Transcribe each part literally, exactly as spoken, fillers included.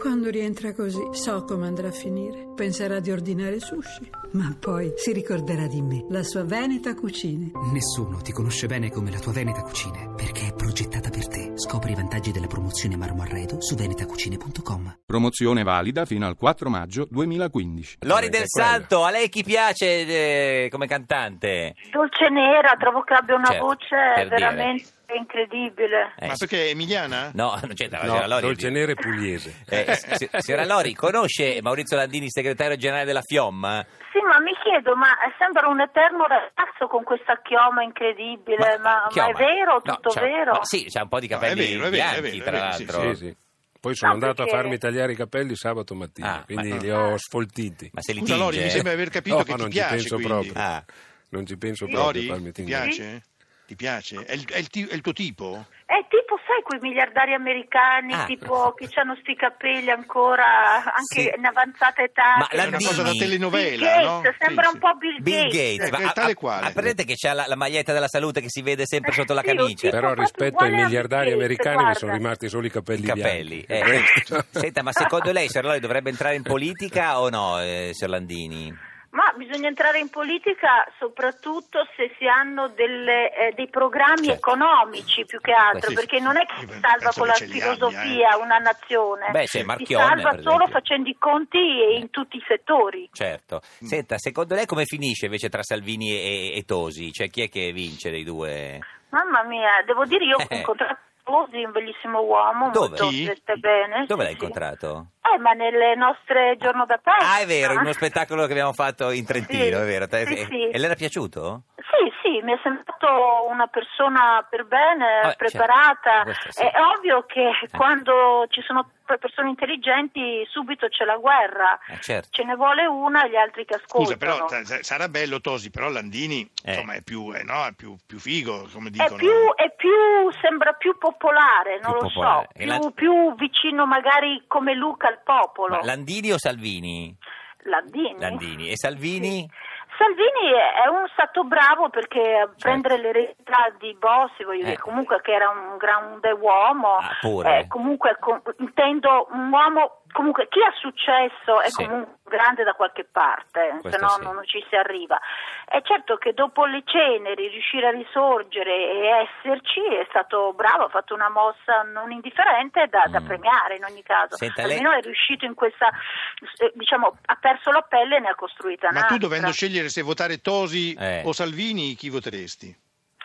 Quando rientra così, so come andrà a finire. Penserà di ordinare sushi, ma poi si ricorderà di me, la sua Veneta Cucine. Nessuno ti conosce bene come la tua Veneta Cucine, perché è progettata per te. Scopri i vantaggi della promozione Marmo Arredo su venetacucine punto com. Promozione valida fino al quattro maggio duemilaquindici. Lori del Santo, a lei chi piace eh, come cantante? Dolce Nera, trovo che abbia una Certo, voce per veramente incredibile. Eh, Ma sì. perché è emiliana? No, non c'entra, No, signora Lori. Dolce Nera è pugliese. Eh, si- signora Lori, conosce Maurizio Landini, segretario generale della FIOM? Sì, ma mi chiedo, ma sembra un eterno ragazzo con questa chioma incredibile, ma, ma chioma? è vero, No, tutto c'ha- vero? ma sì, c'ha un po' di No, è capelli vero, è vero, è bianchi, vero, è tra vero, sì, l'altro. Sì, sì. Poi sono No, andato perché- a farmi tagliare i capelli sabato mattina, Ah, quindi ma- li ho sfoltiti. Ma se li Scusa Lori, tinge? mi sembra aver capito No, che ma ti non ci piace, penso quindi. proprio. Ah, Non ci penso proprio a Lori, farmi ti tingere. piace? Ti piace? È il, è il ti- è il tuo tipo? È tipo, sai, quei miliardari americani, Ah. tipo che hanno sti capelli ancora, anche Sì. in avanzata età. Ma che- la È una cosa da Landini? telenovela, Bill Gates, no? sembra Sì, un po' Bill, Bill Gates, Eh, ma eh, tale ha- quale. ha presente che c'ha la, la maglietta della salute che si vede sempre sotto la Sì, camicia? sì. Però proprio rispetto ai uguale a miliardari Bill Gates, americani guarda. mi sono rimasti solo i capelli, I capelli. bianchi. eh. Questo- Senta, ma secondo lei, signor Lori, dovrebbe entrare in politica o no, eh, signor Landini? Ma bisogna entrare in politica soprattutto se si hanno delle, eh, dei programmi Certo. economici più che altro, Sì. perché non è che Io si salva penso con la che ce li abbia, filosofia una nazione, Beh, c'è si Marchionne, salva per solo esempio. facendo i conti in tutti i settori. Certo. Senta, secondo lei come finisce invece tra Salvini e, e Tosi? Cioè chi è che vince dei due? Mamma mia, devo dire, io ho Eh. incontrato Tosi, un bellissimo uomo, Dove? molto Chi? veste bene. Dove sì, l'hai sì. incontrato? Eh, ma nelle nostre giorno da festa. Ah, è vero, in uno spettacolo che abbiamo fatto in Trentino, Sì, è vero. Te- sì, e, sì. e le era piaciuto? Sì, sì, mi è sembrato una persona per bene, Vabbè, preparata. certo, questo sì. È ovvio che quando ci sono persone intelligenti subito c'è la guerra. Eh, certo. Ce ne vuole una e gli altri che ascoltano. Scusa, però sa- sarà bello Tosi, però Landini Eh. insomma è più, eh, no, è più, più figo, come È dicono. più, è più, sembra più popolare, non Più lo popolare. so, E più, la- più vicino magari come Luca al popolo. Ma Landini o Salvini? Landini. Landini. E Salvini? Salvini è un stato bravo perché a prendere l'eredità di Bossi, voglio Eh. dire, comunque che era un grande uomo, Ah, pure. eh, comunque com- intendo un uomo, comunque chi ha successo è Sì. comunque grande da qualche parte, Questo se no sì. non ci si arriva. È certo che dopo le ceneri riuscire a risorgere e esserci è stato bravo, ha fatto una mossa non indifferente da, da Mm. premiare in ogni caso. Senta, lei- Almeno è riuscito in questa, eh, diciamo, ha perso la pelle e ne ha costruita Ma un'altra. tu dovendo scegliere se votare Tosi Eh. o Salvini, chi voteresti?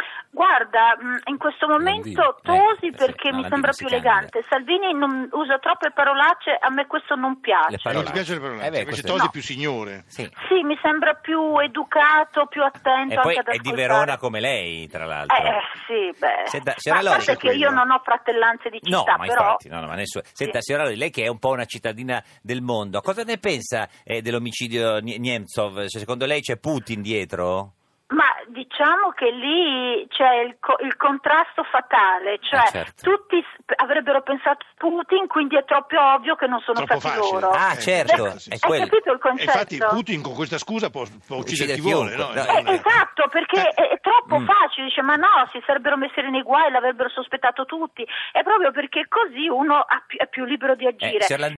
Guarda, mh, in questo momento Landini, Tosi eh, perché sì, no, mi Landini sembra si più candida. elegante, Salvini non usa troppe parolacce, a me questo non piace. Le Non parolacce. ti piace le parole? Eh beh, Invece questo- Tosi no. è più signore. Sì. Sì, mi sembra più educato, più attento E poi anche ad è di ascoltare. Verona come lei, tra l'altro. Eh, sì, beh. Senta, Ma signora a Lori- parte che io non ho fratellanze di No, città, ma però... infatti, no, no, ma nessuno. Senta, signora Lori, lei che è un po' una cittadina del mondo, cosa ne pensa eh, dell'omicidio Ni- Nemtsov? Cioè, secondo lei c'è Putin dietro? Ma diciamo che lì c'è il, co- il contrasto fatale, cioè Eh, certo. tutti s- avrebbero pensato a Putin, quindi è troppo ovvio che non sono Troppo stati facile. loro. Ah, Eh, certo, sì, sì, è sì. Hai quello. capito il E concetto? infatti Putin con questa scusa può, può uccidere chi vuole, no? chiunque. Eh, No, esatto, perché Eh. è, è troppo Mm. facile, dice ma no, si sarebbero messi nei guai, l'avrebbero sospettato tutti, è proprio perché così uno ha più- è più libero di Eh, agire. signor